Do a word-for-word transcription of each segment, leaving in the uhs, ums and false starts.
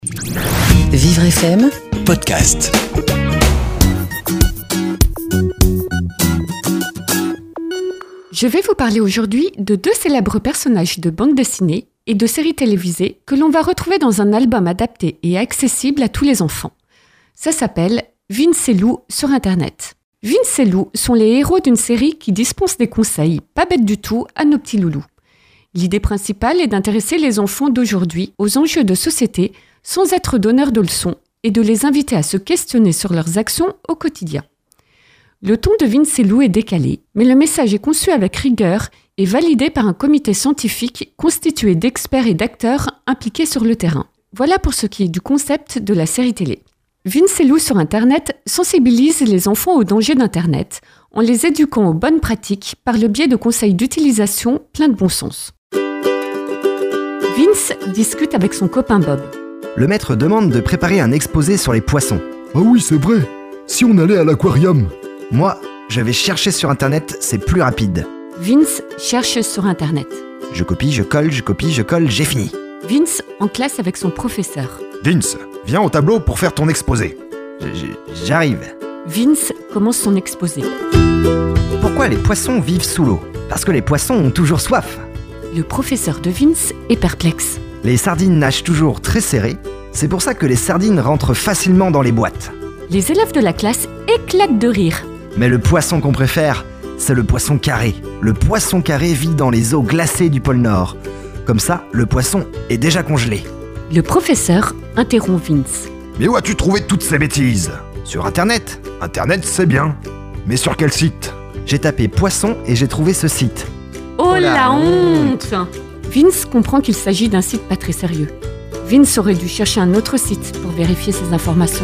Vivre F M Podcast. Je vais vous parler aujourd'hui de deux célèbres personnages de bande dessinée et de séries télévisées que l'on va retrouver dans un album adapté et accessible à tous les enfants. Ça s'appelle Vince et Lou sur Internet. Vince et Lou sont les héros d'une série qui dispense des conseils pas bêtes du tout à nos petits loulous. L'idée principale est d'intéresser les enfants d'aujourd'hui aux enjeux de société sans être donneurs de leçons et de les inviter à se questionner sur leurs actions au quotidien. Le ton de Vince et Lou est décalé, mais le message est conçu avec rigueur et validé par un comité scientifique constitué d'experts et d'acteurs impliqués sur le terrain. Voilà pour ce qui est du concept de la série télé. Vince et Lou sur Internet sensibilise les enfants aux dangers d'Internet en les éduquant aux bonnes pratiques par le biais de conseils d'utilisation pleins de bon sens. Vince discute avec son copain Bob. Le maître demande de préparer un exposé sur les poissons. Ah oui, c'est vrai. Si on allait à l'aquarium. Moi, je vais chercher sur Internet, c'est plus rapide. Vince cherche sur Internet. Je copie, je colle, je copie, je colle, j'ai fini. Vince en classe avec son professeur. Vince, viens au tableau pour faire ton exposé. Je- je- J'arrive. Vince commence son exposé. Pourquoi les poissons vivent sous l'eau ? Parce que les poissons ont toujours soif. Le professeur de Vince est perplexe. Les sardines nagent toujours très serrées. C'est pour ça que les sardines rentrent facilement dans les boîtes. Les élèves de la classe éclatent de rire. Mais le poisson qu'on préfère, c'est le poisson carré. Le poisson carré vit dans les eaux glacées du pôle Nord. Comme ça, le poisson est déjà congelé. Le professeur interrompt Vince. Mais où as-tu trouvé toutes ces bêtises ? Sur Internet, Internet, c'est bien. Mais sur quel site ? j'ai tapé poisson et j'ai trouvé ce site. Oh la la honte ! Vince comprend qu'il s'agit d'un site pas très sérieux. Vince aurait dû chercher un autre site pour vérifier ces informations.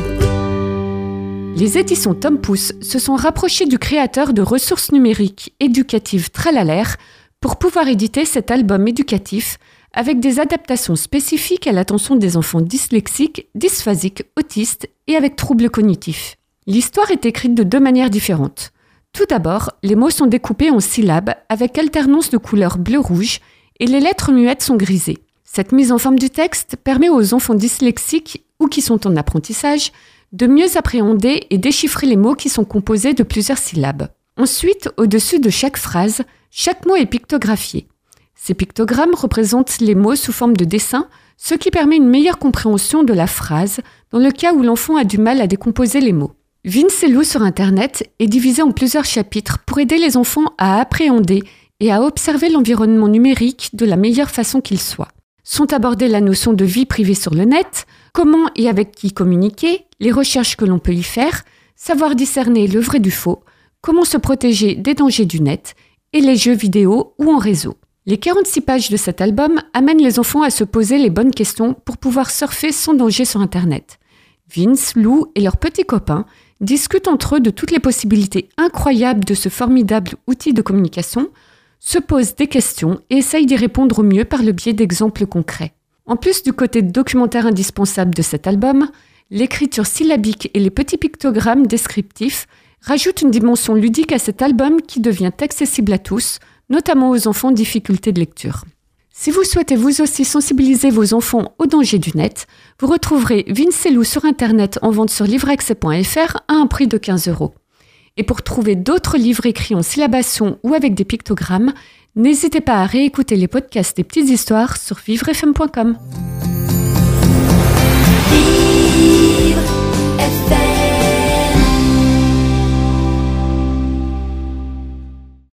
Les éditions Tom Pouce se sont rapprochées du créateur de ressources numériques éducatives Tralalaire pour pouvoir éditer cet album éducatif avec des adaptations spécifiques à l'attention des enfants dyslexiques, dysphasiques, autistes et avec troubles cognitifs. L'histoire est écrite de deux manières différentes. Tout d'abord, les mots sont découpés en syllabes avec alternance de couleurs bleu-rouge et les lettres muettes sont grisées. Cette mise en forme du texte permet aux enfants dyslexiques ou qui sont en apprentissage de mieux appréhender et déchiffrer les mots qui sont composés de plusieurs syllabes. Ensuite, au-dessus de chaque phrase, chaque mot est pictographié. Ces pictogrammes représentent les mots sous forme de dessin, ce qui permet une meilleure compréhension de la phrase dans le cas où l'enfant a du mal à décomposer les mots. Vince et Lou sur Internet est divisé en plusieurs chapitres pour aider les enfants à appréhender et à observer l'environnement numérique de la meilleure façon qu'il soit. Sont abordées la notion de vie privée sur le net, comment et avec qui communiquer, les recherches que l'on peut y faire, savoir discerner le vrai du faux, comment se protéger des dangers du net et les jeux vidéo ou en réseau. Les quarante-six pages de cet album amènent les enfants à se poser les bonnes questions pour pouvoir surfer sans danger sur Internet. Vince, Lou et leurs petits copains discutent entre eux de toutes les possibilités incroyables de ce formidable outil de communication, se posent des questions et essayent d'y répondre au mieux par le biais d'exemples concrets. En plus du côté documentaire indispensable de cet album, l'écriture syllabique et les petits pictogrammes descriptifs rajoutent une dimension ludique à cet album qui devient accessible à tous, notamment aux enfants en difficulté de lecture. Si vous souhaitez vous aussi sensibiliser vos enfants aux dangers du net, vous retrouverez Vince et Lou sur Internet en vente sur livreaccès point f r à un prix de quinze euros. Et pour trouver d'autres livres écrits en syllabation ou avec des pictogrammes, n'hésitez pas à réécouter les podcasts des petites histoires sur vivre f m point com.